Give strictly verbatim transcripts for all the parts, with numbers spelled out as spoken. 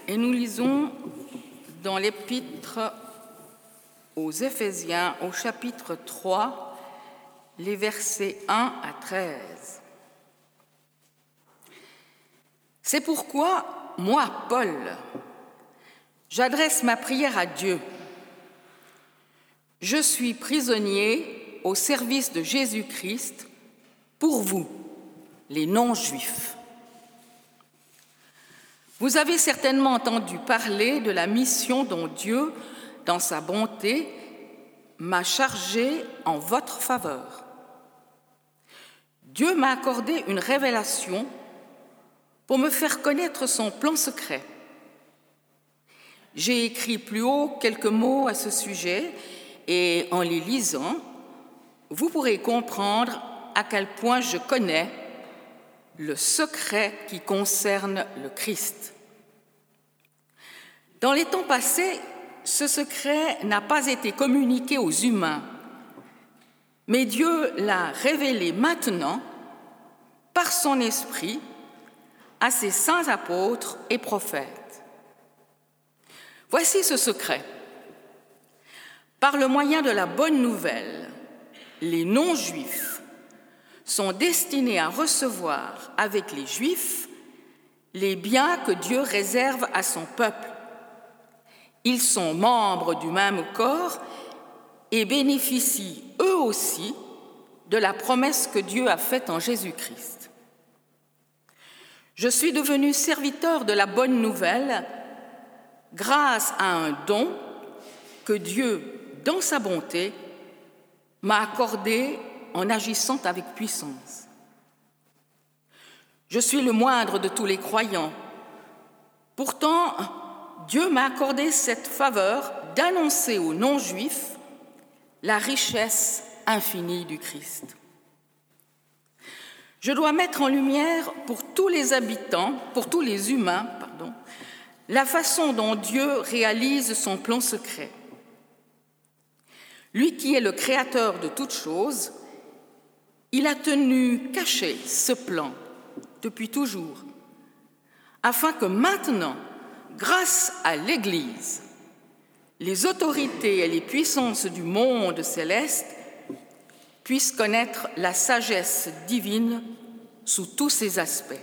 Et nous lisons dans l'Épître aux Éphésiens, au chapitre trois, les versets un à treize. C'est pourquoi, moi, Paul, j'adresse ma prière à Dieu. Je suis prisonnier au service de Jésus-Christ pour vous, les non-juifs. Vous avez certainement entendu parler de la mission dont Dieu, dans sa bonté, m'a chargé en votre faveur. Dieu m'a accordé une révélation pour me faire connaître son plan secret. J'ai écrit plus haut quelques mots à ce sujet et en les lisant, vous pourrez comprendre à quel point je connais le secret qui concerne le Christ. Dans les temps passés, ce secret n'a pas été communiqué aux humains, mais Dieu l'a révélé maintenant par son esprit à ses saints apôtres et prophètes. Voici ce secret. Par le moyen de la bonne nouvelle, les non-juifs sont destinés à recevoir avec les Juifs les biens que Dieu réserve à son peuple. Ils sont membres du même corps et bénéficient eux aussi de la promesse que Dieu a faite en Jésus-Christ. Je suis devenu serviteur de la bonne nouvelle grâce à un don que Dieu, dans sa bonté, m'a accordé en agissant avec puissance. Je suis le moindre de tous les croyants. Pourtant, Dieu m'a accordé cette faveur d'annoncer aux non-juifs la richesse infinie du Christ. Je dois mettre en lumière pour tous les habitants, pour tous les humains, pardon, la façon dont Dieu réalise son plan secret. Lui qui est le créateur de toutes choses, il a tenu caché ce plan depuis toujours, afin que maintenant, grâce à l'Église, les autorités et les puissances du monde céleste puissent connaître la sagesse divine sous tous ses aspects.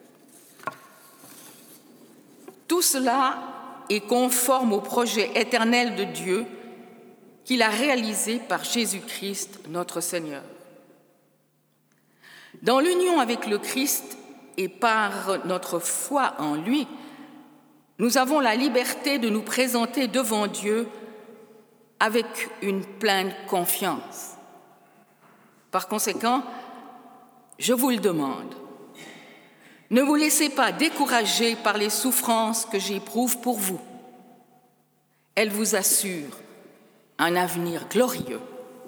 Tout cela est conforme au projet éternel de Dieu qu'il a réalisé par Jésus-Christ, notre Seigneur. Dans l'union avec le Christ et par notre foi en lui, nous avons la liberté de nous présenter devant Dieu avec une pleine confiance. Par conséquent, je vous le demande, ne vous laissez pas décourager par les souffrances que j'éprouve pour vous. Elles vous assurent un avenir glorieux.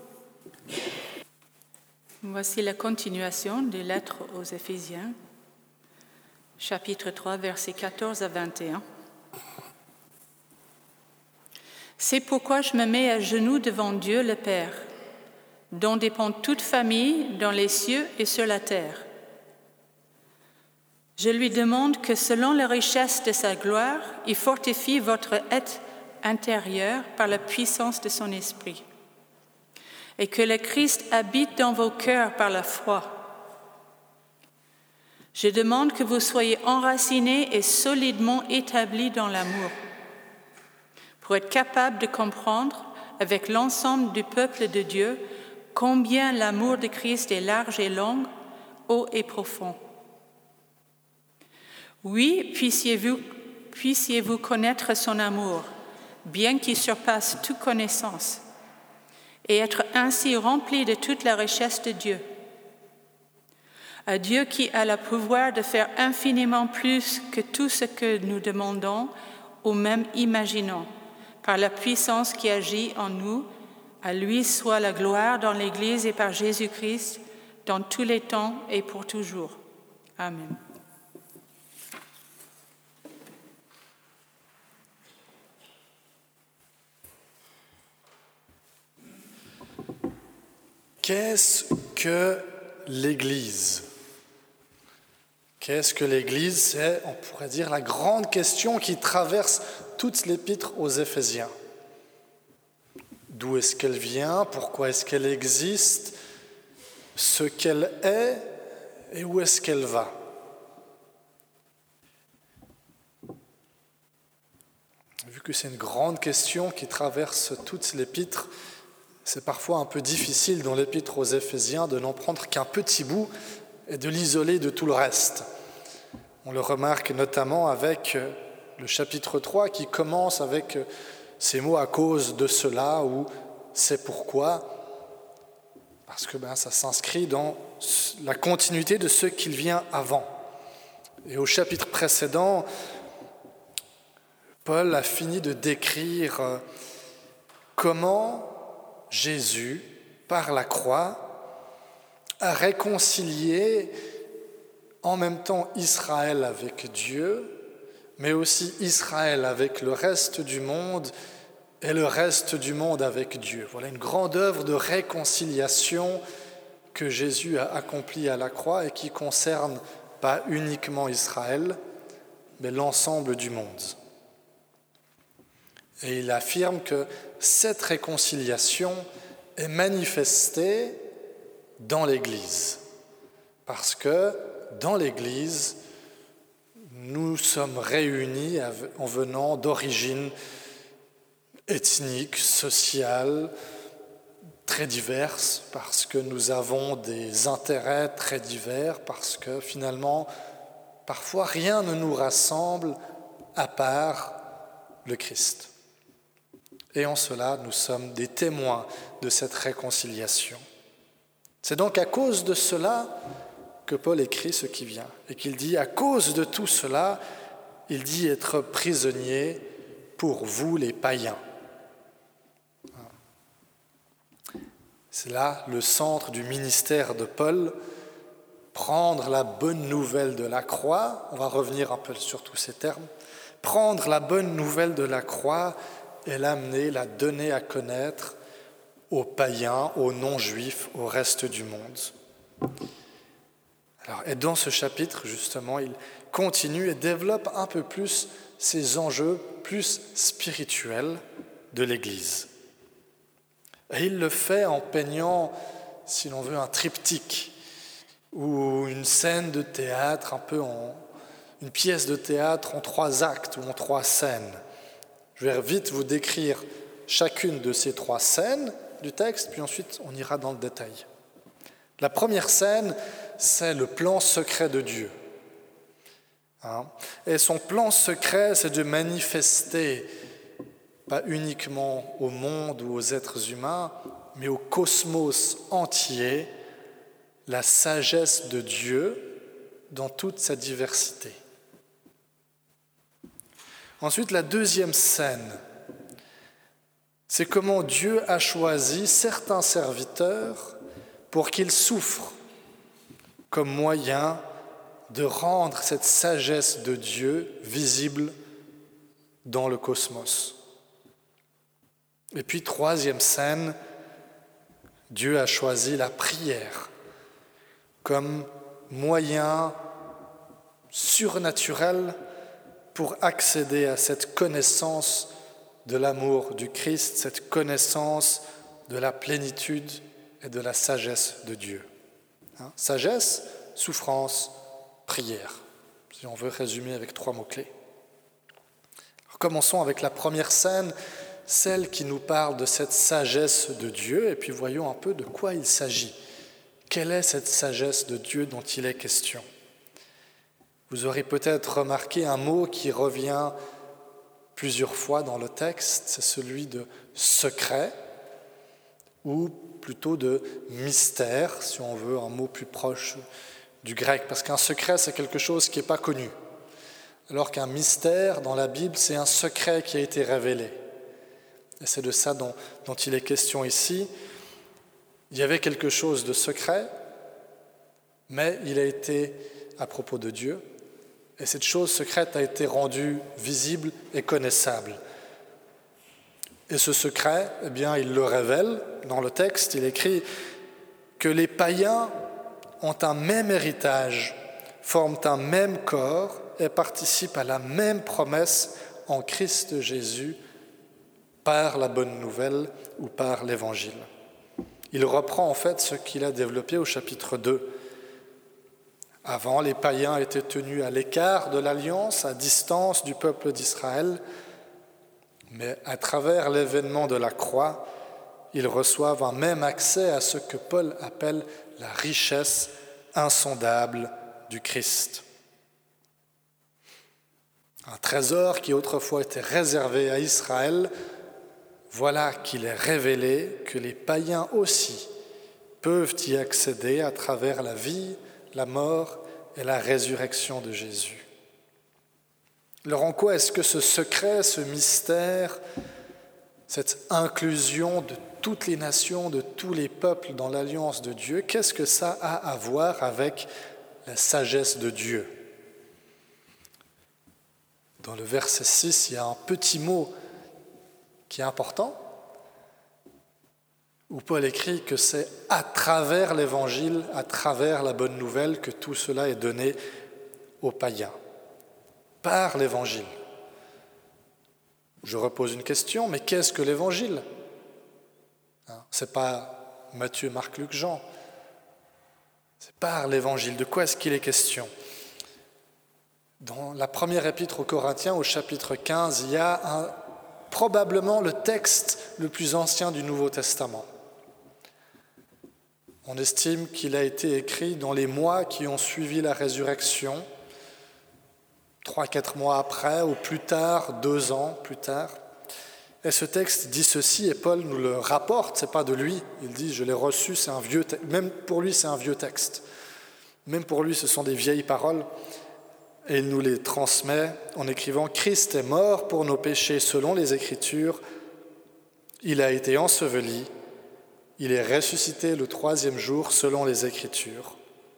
Voici la continuation des lettres aux Éphésiens, chapitre trois, versets quatorze à vingt et un. C'est pourquoi je me mets à genoux devant Dieu le Père, dont dépend toute famille dans les cieux et sur la terre. Je lui demande que, selon la richesse de sa gloire, il fortifie votre être intérieur par la puissance de son esprit, et que le Christ habite dans vos cœurs par la foi. Je demande que vous soyez enracinés et solidement établis dans l'amour, pour être capables de comprendre avec l'ensemble du peuple de Dieu combien l'amour de Christ est large et long, haut et profond. Oui, puissiez-vous, puissiez-vous connaître son amour, bien qu'il surpasse toute connaissance, et être ainsi remplis de toute la richesse de Dieu. À Dieu qui a le pouvoir de faire infiniment plus que tout ce que nous demandons ou même imaginons, par la puissance qui agit en nous, à lui soit la gloire dans l'Église et par Jésus-Christ, dans tous les temps et pour toujours. Amen. Qu'est-ce que l'Église ? Qu'est-ce que l'Église? C'est, on pourrait dire, la grande question qui traverse toute l'épître aux Éphésiens. D'où est-ce qu'elle vient? Pourquoi est-ce qu'elle existe? Ce qu'elle est et où est-ce qu'elle va? Vu que c'est une grande question qui traverse toute l'épître, c'est parfois un peu difficile dans l'épître aux Éphésiens de n'en prendre qu'un petit bout et de l'isoler de tout le reste. On le remarque notamment avec le chapitre trois qui commence avec ces mots « à cause de cela » ou « c'est pourquoi », parce que ben, ça s'inscrit dans la continuité de ce qu'il vient avant. Et au chapitre précédent, Paul a fini de décrire comment Jésus, par la croix, a réconcilié en même temps Israël avec Dieu, mais aussi Israël avec le reste du monde et le reste du monde avec Dieu. Voilà une grande œuvre de réconciliation que Jésus a accomplie à la croix et qui concerne pas uniquement Israël, mais l'ensemble du monde. Et il affirme que cette réconciliation est manifestée dans l'Église, parce que dans l'Église, nous sommes réunis en venant d'origines ethniques, sociales, très diverses, parce que nous avons des intérêts très divers, parce que finalement, parfois rien ne nous rassemble à part le Christ. Et en cela, nous sommes des témoins de cette réconciliation. C'est donc à cause de cela que Paul écrit ce qui vient, et qu'il dit, à cause de tout cela, il dit être prisonnier pour vous les païens. C'est là le centre du ministère de Paul, prendre la bonne nouvelle de la croix, on va revenir un peu sur tous ces termes, prendre la bonne nouvelle de la croix et l'amener, la donner à connaître aux païens, aux non-juifs, au reste du monde. Alors, et dans ce chapitre, justement, il continue et développe un peu plus ces enjeux plus spirituels de l'Église. Et il le fait en peignant, si l'on veut, un triptyque ou une scène de théâtre, un peu en, une pièce de théâtre en trois actes ou en trois scènes. Je vais vite vous décrire chacune de ces trois scènes du texte, puis ensuite on ira dans le détail. La première scène, c'est le plan secret de Dieu. Hein? Et son plan secret, c'est de manifester, pas uniquement au monde ou aux êtres humains, mais au cosmos entier, la sagesse de Dieu dans toute sa diversité. Ensuite, la deuxième scène, c'est comment Dieu a choisi certains serviteurs pour qu'ils souffrent comme moyen de rendre cette sagesse de Dieu visible dans le cosmos. Et puis, troisième scène, Dieu a choisi la prière comme moyen surnaturel pour accéder à cette connaissance de l'amour du Christ, cette connaissance de la plénitude et de la sagesse de Dieu. Hein? Sagesse, souffrance, prière, si on veut résumer avec trois mots-clés. Alors, commençons avec la première scène, celle qui nous parle de cette sagesse de Dieu, et puis voyons un peu de quoi il s'agit. Quelle est cette sagesse de Dieu dont il est question ? Vous aurez peut-être remarqué un mot qui revient plusieurs fois dans le texte, c'est celui de secret, ou plutôt de mystère, si on veut un mot plus proche du grec, parce qu'un secret, c'est quelque chose qui n'est pas connu, alors qu'un mystère, dans la Bible, c'est un secret qui a été révélé. Et c'est de ça dont, dont il est question ici. Il y avait quelque chose de secret, mais il a été à propos de Dieu, et cette chose secrète a été rendue visible et connaissable. Et ce secret, eh bien, il le révèle dans le texte, il écrit que les païens ont un même héritage forment un même corps et participent à la même promesse en Christ Jésus par la bonne nouvelle ou par l'Évangile. Il reprend en fait ce qu'il a développé au chapitre deux. Avant, les païens étaient tenus à l'écart de l'alliance, à distance du peuple d'Israël, mais à travers l'événement de la croix, ils reçoivent un même accès à ce que Paul appelle la richesse insondable du Christ. Un trésor qui autrefois était réservé à Israël, voilà qu'il est révélé que les païens aussi peuvent y accéder à travers la vie, la mort et la résurrection de Jésus. Alors en quoi est-ce que ce secret, ce mystère, cette inclusion de toutes les nations, de tous les peuples dans l'alliance de Dieu, qu'est-ce que ça a à voir avec la sagesse de Dieu ? Dans le verset six, il y a un petit mot qui est important, où Paul écrit que c'est à travers l'Évangile, à travers la bonne nouvelle, que tout cela est donné aux païens, par l'Évangile. Je repose une question, mais qu'est-ce que l'Évangile ? Hein, ce n'est pas Matthieu, Marc, Luc, Jean. C'est par l'Évangile. De quoi est-ce qu'il est question ? Dans la première épître aux Corinthiens, au chapitre quinze, il y a un, probablement le texte le plus ancien du Nouveau Testament. On estime qu'il a été écrit dans les mois qui ont suivi la résurrection, trois, quatre mois après, ou plus tard, deux ans plus tard. Et ce texte dit ceci, et Paul nous le rapporte, ce n'est pas de lui, il dit « je l'ai reçu », c'est un vieux texte, même pour lui c'est un vieux texte, même pour lui ce sont des vieilles paroles, et il nous les transmet en écrivant « Christ est mort pour nos péchés selon les Écritures, il a été enseveli, il est ressuscité le troisième jour selon les Écritures. »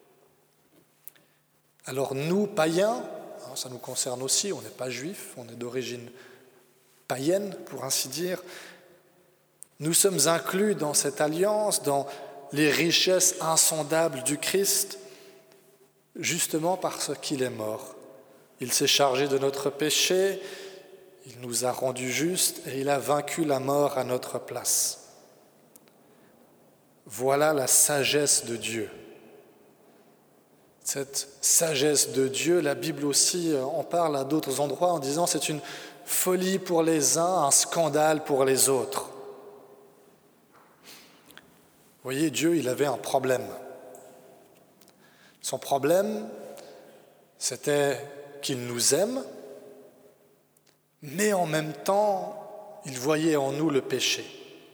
Alors nous, païens, ça nous concerne aussi, on n'est pas juifs, on est d'origine païenne, pour ainsi dire, nous sommes inclus dans cette alliance, dans les richesses insondables du Christ, justement parce qu'il est mort. Il s'est chargé de notre péché, il nous a rendus justes et il a vaincu la mort à notre place. Voilà la sagesse de Dieu. Cette sagesse de Dieu, la Bible aussi en parle à d'autres endroits en disant c'est une folie pour les uns, un scandale pour les autres. Vous voyez, Dieu, il avait un problème. Son problème, c'était qu'il nous aime, mais en même temps, il voyait en nous le péché.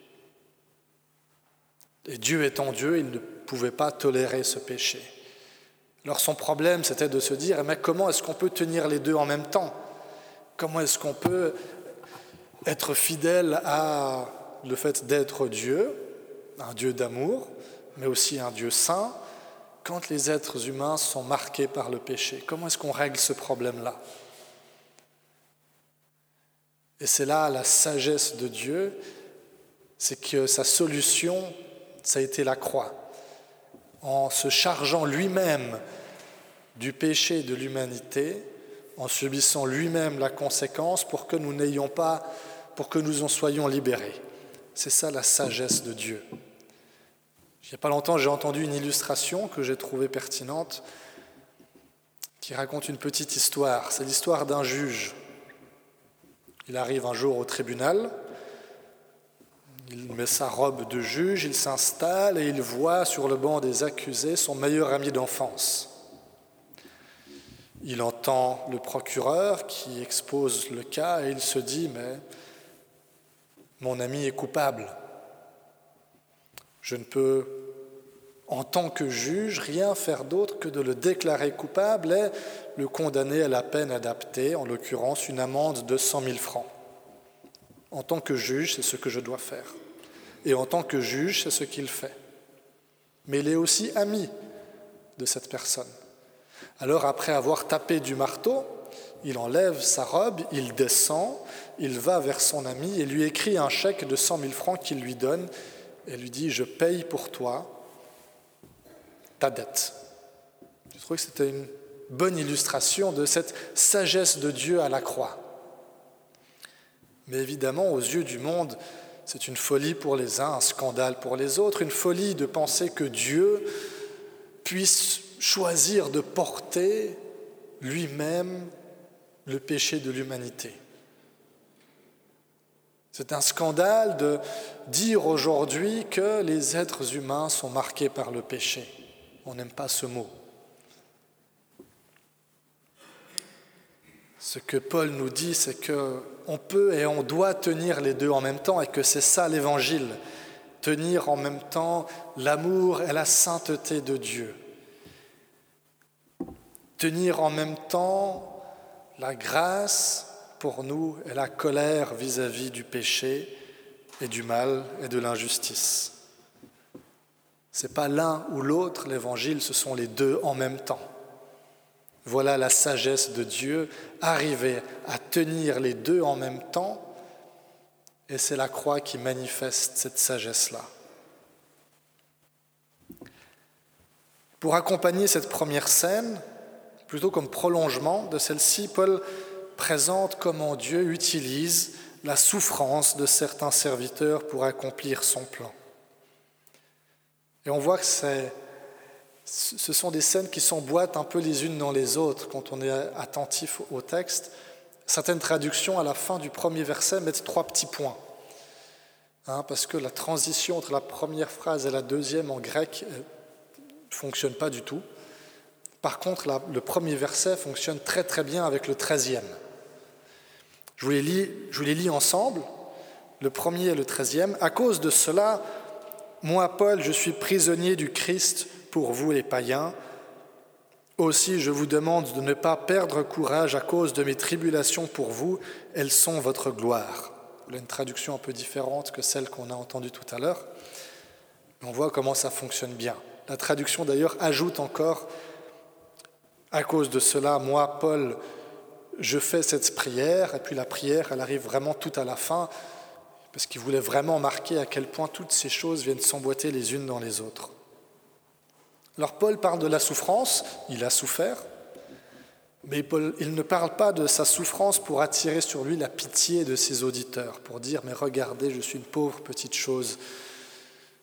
Et Dieu étant Dieu, il ne pouvait pas tolérer ce péché. Alors son problème, c'était de se dire, mais comment est-ce qu'on peut tenir les deux en même temps ? Comment est-ce qu'on peut être fidèle à le fait d'être Dieu, un Dieu d'amour, mais aussi un Dieu saint, quand les êtres humains sont marqués par le péché? Comment est-ce qu'on règle ce problème-là? Et c'est là la sagesse de Dieu, c'est que sa solution, ça a été la croix. En se chargeant lui-même du péché de l'humanité, en subissant lui-même la conséquence pour que nous n'ayons pas, pour que nous en soyons libérés. C'est ça la sagesse de Dieu. Il n'y a pas longtemps, j'ai entendu une illustration que j'ai trouvée pertinente qui raconte une petite histoire. C'est l'histoire d'un juge. Il arrive un jour au tribunal, il met sa robe de juge, il s'installe et il voit sur le banc des accusés son meilleur ami d'enfance. Il entend le procureur qui expose le cas et il se dit « mais mon ami est coupable. Je ne peux, en tant que juge, rien faire d'autre que de le déclarer coupable et le condamner à la peine adaptée, en l'occurrence une amende de cent mille francs. En tant que juge, c'est ce que je dois faire. Et en tant que juge, c'est ce qu'il fait. Mais il est aussi ami de cette personne. Alors, après avoir tapé du marteau, il enlève sa robe, il descend, il va vers son ami et lui écrit un chèque de cent mille francs qu'il lui donne et lui dit « Je paye pour toi ta dette ». Je trouvais que c'était une bonne illustration de cette sagesse de Dieu à la croix. Mais évidemment, aux yeux du monde, c'est une folie pour les uns, un scandale pour les autres, une folie de penser que Dieu puisse choisir de porter lui-même le péché de l'humanité. C'est un scandale de dire aujourd'hui que les êtres humains sont marqués par le péché. On n'aime pas ce mot. Ce que Paul nous dit, c'est qu'on peut et on doit tenir les deux en même temps et que c'est ça l'Évangile, tenir en même temps l'amour et la sainteté de Dieu. Tenir en même temps la grâce pour nous et la colère vis-à-vis du péché et du mal et de l'injustice. Ce n'est pas l'un ou l'autre, l'Évangile, ce sont les deux en même temps. Voilà la sagesse de Dieu, arriver à tenir les deux en même temps, et c'est la croix qui manifeste cette sagesse-là. Pour accompagner cette première scène, plutôt comme prolongement de celle-ci, Paul présente comment Dieu utilise la souffrance de certains serviteurs pour accomplir son plan. Et on voit que c'est, ce sont des scènes qui s'emboîtent un peu les unes dans les autres quand on est attentif au texte. Certaines traductions, à la fin du premier verset, mettent trois petits points. Hein, parce que la transition entre la première phrase et la deuxième en grec ne fonctionne pas du tout. Par contre, la, le premier verset fonctionne très très bien avec le treizième. Je vous les lis, je vous les lis ensemble, le premier et le treizième. À cause de cela, moi, Paul, je suis prisonnier du Christ pour vous les païens. Aussi, je vous demande de ne pas perdre courage à cause de mes tribulations pour vous. Elles sont votre gloire. Là, une traduction un peu différente que celle qu'on a entendue tout à l'heure. On voit comment ça fonctionne bien. La traduction, d'ailleurs, ajoute encore « À cause de cela, moi, Paul, je fais cette prière. » Et puis la prière, elle arrive vraiment tout à la fin, parce qu'il voulait vraiment marquer à quel point toutes ces choses viennent s'emboîter les unes dans les autres. Alors Paul parle de la souffrance, il a souffert, mais Paul, il ne parle pas de sa souffrance pour attirer sur lui la pitié de ses auditeurs, pour dire « mais regardez, je suis une pauvre petite chose, plaignez-moi ».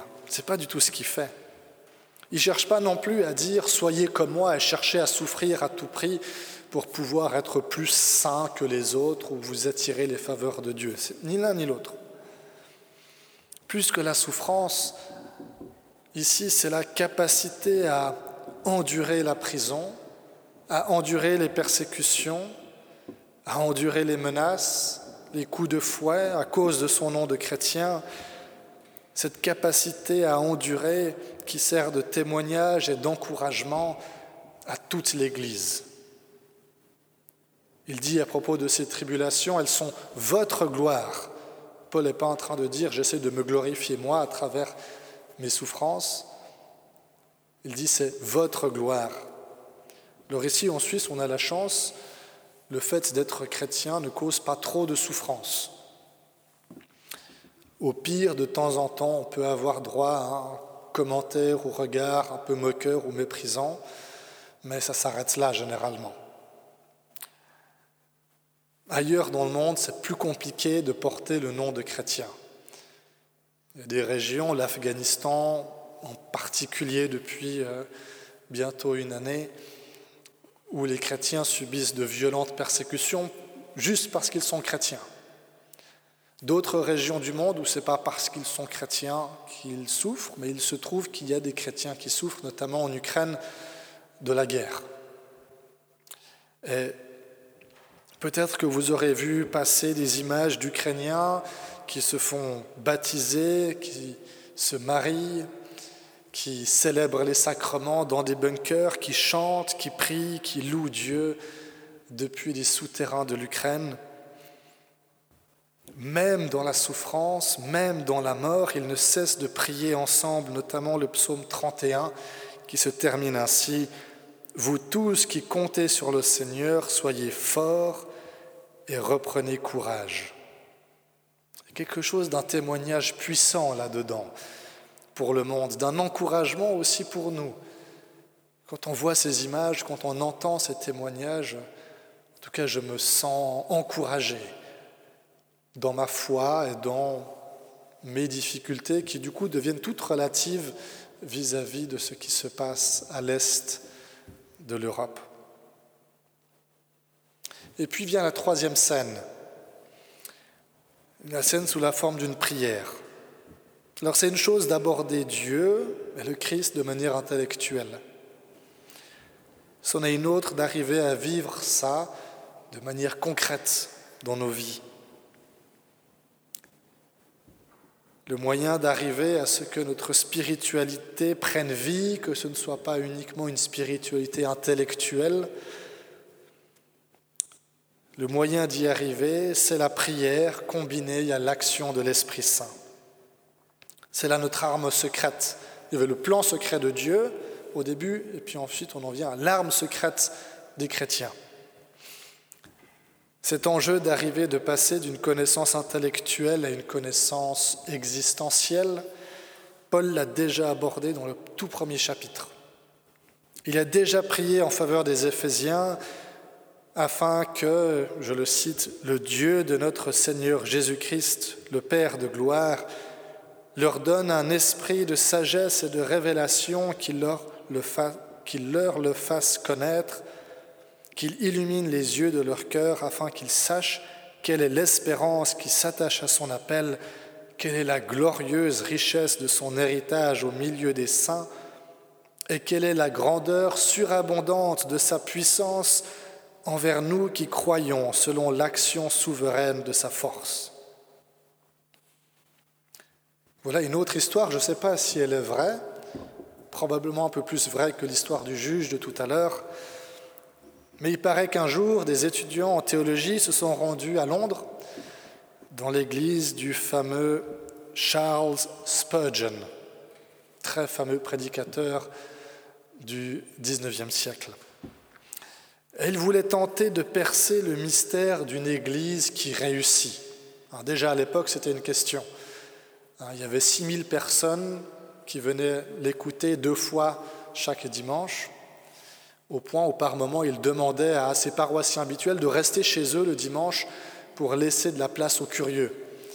Ce n'est pas du tout ce qu'il fait. Il ne cherche pas non plus à dire « soyez comme moi » et chercher à souffrir à tout prix pour pouvoir être plus saint que les autres ou vous attirer les faveurs de Dieu. C'est ni l'un ni l'autre. Plus que la souffrance, ici, c'est la capacité à endurer la prison, à endurer les persécutions, à endurer les menaces, les coups de fouet à cause de son nom de chrétien. Cette capacité à endurer qui sert de témoignage et d'encouragement à toute l'Église. Il dit à propos de ces tribulations, elles sont votre gloire. Paul n'est pas en train de dire, j'essaie de me glorifier moi à travers mes souffrances. Il dit, c'est votre gloire. Alors ici, en Suisse, on a la chance, le fait d'être chrétien ne cause pas trop de souffrance. Au pire, de temps en temps, on peut avoir droit à un commentaire ou regard un peu moqueur ou méprisant, mais ça s'arrête là généralement. Ailleurs dans le monde, c'est plus compliqué de porter le nom de chrétien. Il y a des régions, l'Afghanistan en particulier depuis euh, bientôt une année, où les chrétiens subissent de violentes persécutions juste parce qu'ils sont chrétiens. D'autres régions du monde où ce n'est pas parce qu'ils sont chrétiens qu'ils souffrent, mais il se trouve qu'il y a des chrétiens qui souffrent, notamment en Ukraine, de la guerre. Et peut-être que vous aurez vu passer des images d'Ukrainiens qui se font baptiser, qui se marient, qui célèbrent les sacrements dans des bunkers, qui chantent, qui prient, qui louent Dieu depuis les souterrains de l'Ukraine. Même dans la souffrance, même dans la mort, ils ne cessent de prier ensemble, notamment le psaume trente et un qui se termine ainsi. « Vous tous qui comptez sur le Seigneur, soyez forts et reprenez courage. » Il y a quelque chose d'un témoignage puissant là-dedans pour le monde, d'un encouragement aussi pour nous. Quand on voit ces images, quand on entend ces témoignages, en tout cas, je me sens encouragé dans ma foi et dans mes difficultés qui, du coup, deviennent toutes relatives vis-à-vis de ce qui se passe à l'est de l'Europe. Et puis vient la troisième scène, la scène sous la forme d'une prière. Alors c'est une chose d'aborder Dieu et le Christ de manière intellectuelle. C'en est une autre d'arriver à vivre ça de manière concrète dans nos vies. Le moyen d'arriver à ce que notre spiritualité prenne vie, que ce ne soit pas uniquement une spiritualité intellectuelle. Le moyen d'y arriver, c'est la prière combinée à l'action de l'Esprit Saint. C'est là notre arme secrète. Il y avait le plan secret de Dieu au début, et puis ensuite on en vient à l'arme secrète des chrétiens. Cet enjeu d'arriver, de passer d'une connaissance intellectuelle à une connaissance existentielle, Paul l'a déjà abordé dans le tout premier chapitre. Il a déjà prié en faveur des Éphésiens afin que, je le cite, le Dieu de notre Seigneur Jésus-Christ, le Père de gloire, leur donne un esprit de sagesse et de révélation qui leur le, fa- qui leur le fasse connaître, qu'il illumine les yeux de leur cœur afin qu'ils sachent quelle est l'espérance qui s'attache à son appel, quelle est la glorieuse richesse de son héritage au milieu des saints et quelle est la grandeur surabondante de sa puissance envers nous qui croyons selon l'action souveraine de sa force. Voilà une autre histoire, je ne sais pas si elle est vraie, probablement un peu plus vraie que l'histoire du juge de tout à l'heure, mais il paraît qu'un jour, des étudiants en théologie se sont rendus à Londres, dans l'église du fameux Charles Spurgeon, très fameux prédicateur du dix-neuvième siècle. Et ils voulaient tenter de percer le mystère d'une église qui réussit. Alors déjà à l'époque, c'était une question. Il y avait six mille personnes qui venaient l'écouter deux fois chaque dimanche, au point où par moment il demandait à ses paroissiens habituels de rester chez eux le dimanche pour laisser de la place aux curieux.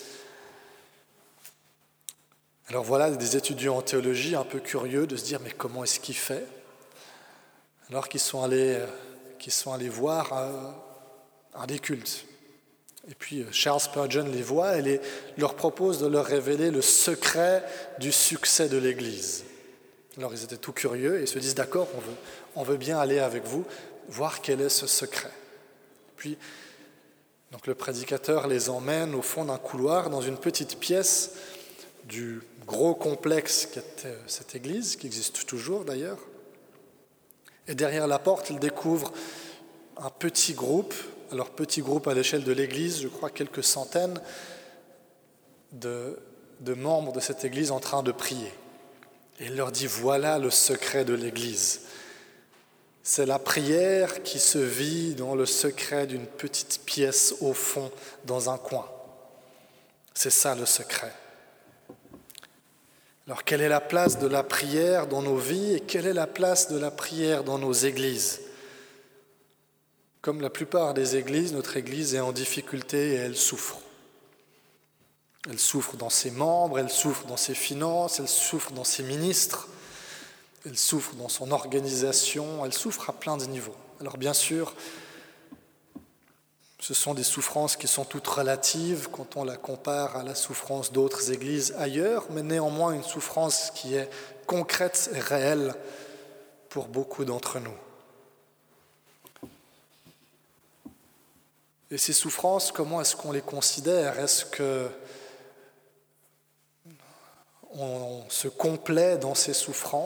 Alors voilà des étudiants en théologie un peu curieux de se dire mais comment est-ce qu'il fait ? Alors qu'ils sont allés, qu'ils sont allés voir un, un des cultes. Et puis Charles Spurgeon les voit et les, leur propose de leur révéler le secret du succès de l'Église. Alors ils étaient tout curieux et ils se disent d'accord, on veut, on veut bien aller avec vous, voir quel est ce secret. Puis donc le prédicateur les emmène au fond d'un couloir dans une petite pièce du gros complexe qu'était cette église, qui existe toujours d'ailleurs. Et derrière la porte, ils découvrent un petit groupe, alors petit groupe à l'échelle de l'église, je crois quelques centaines de, de membres de cette église en train de prier. Et il leur dit, voilà le secret de l'église. C'est la prière qui se vit dans le secret d'une petite pièce au fond, dans un coin. C'est ça le secret. Alors, quelle est la place de la prière dans nos vies et quelle est la place de la prière dans nos églises ? Comme la plupart des églises, notre église est en difficulté et elle souffre. Elle souffre dans ses membres, elle souffre dans ses finances, elle souffre dans ses ministres, elle souffre dans son organisation, elle souffre à plein de niveaux. Alors bien sûr, ce sont des souffrances qui sont toutes relatives quand on la compare à la souffrance d'autres églises ailleurs, mais néanmoins une souffrance qui est concrète et réelle pour beaucoup d'entre nous. Et ces souffrances, comment est-ce qu'on les considère ? Est-ce que on se complaît dans ces souffrances ?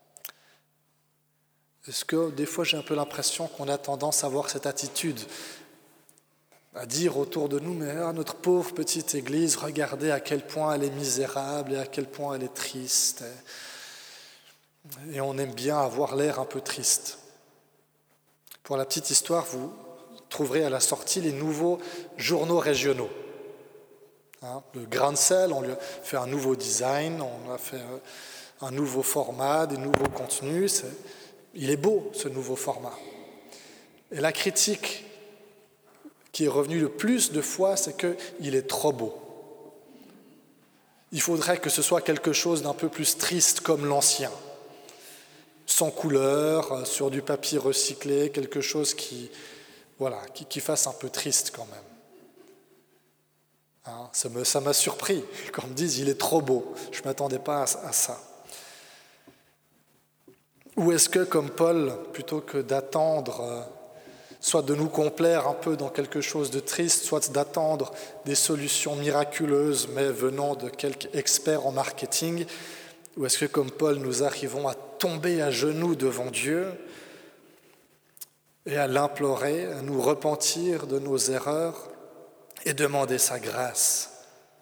Est-ce que des fois j'ai un peu l'impression qu'on a tendance à avoir cette attitude, à dire autour de nous, mais ah, notre pauvre petite église, regardez à quel point elle est misérable et à quel point elle est triste. Et, et on aime bien avoir l'air un peu triste. Pour la petite histoire, vous trouverez à la sortie les nouveaux journaux régionaux. Hein, le Grain de Sel, on lui a fait un nouveau design, on a fait un nouveau format, des nouveaux contenus. C'est, Il est beau, ce nouveau format. Et la critique qui est revenue le plus de fois, c'est qu'il est trop beau. Il faudrait que ce soit quelque chose d'un peu plus triste comme l'ancien, sans couleur, sur du papier recyclé, quelque chose qui, voilà, qui, qui fasse un peu triste quand même. Hein, ça, me, ça m'a surpris, quand on me dise il est trop beau. Je ne m'attendais pas à, à ça. Ou est-ce que, comme Paul, plutôt que d'attendre, soit de nous complaire un peu dans quelque chose de triste, soit d'attendre des solutions miraculeuses, mais venant de quelques experts en marketing, ou est-ce que, comme Paul, nous arrivons à tomber à genoux devant Dieu et à l'implorer, à nous repentir de nos erreurs et demander sa grâce?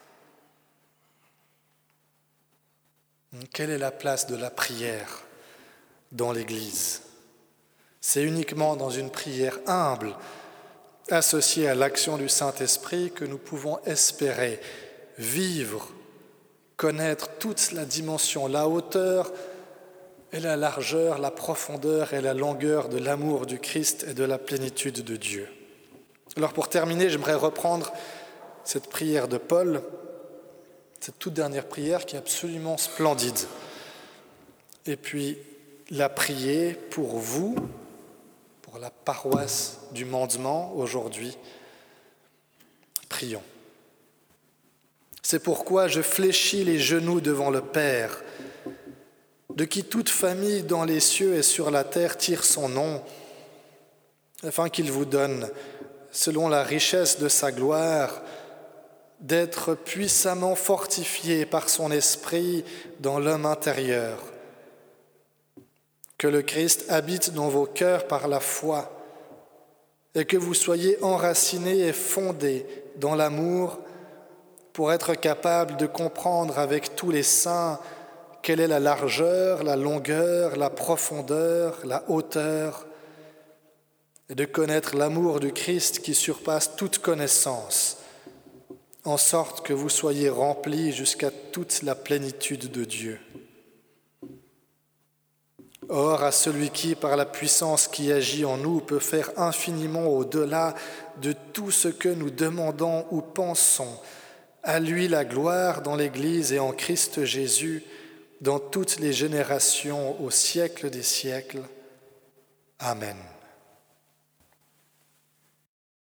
Quelle est la place de la prière dans l'Église? C'est uniquement dans une prière humble, associée à l'action du Saint-Esprit, que nous pouvons espérer vivre, connaître toute la dimension, la hauteur et la largeur, la profondeur et la longueur de l'amour du Christ et de la plénitude de Dieu. Alors pour terminer, j'aimerais reprendre cette prière de Paul, cette toute dernière prière qui est absolument splendide, et puis la prier pour vous, pour la paroisse du Mandement aujourd'hui. Prions. C'est pourquoi je fléchis les genoux devant le Père, de qui toute famille dans les cieux et sur la terre tire son nom, afin qu'il vous donne, selon la richesse de sa gloire, d'être puissamment fortifié par son esprit dans l'homme intérieur. Que le Christ habite dans vos cœurs par la foi et que vous soyez enracinés et fondés dans l'amour pour être capables de comprendre avec tous les saints quelle est la largeur, la longueur, la profondeur, la hauteur, et de connaître l'amour du Christ qui surpasse toute connaissance, en sorte que vous soyez remplis jusqu'à toute la plénitude de Dieu. Or, à celui qui, par la puissance qui agit en nous, peut faire infiniment au-delà de tout ce que nous demandons ou pensons, à lui la gloire dans l'Église et en Christ Jésus, dans toutes les générations, au siècle des siècles. Amen.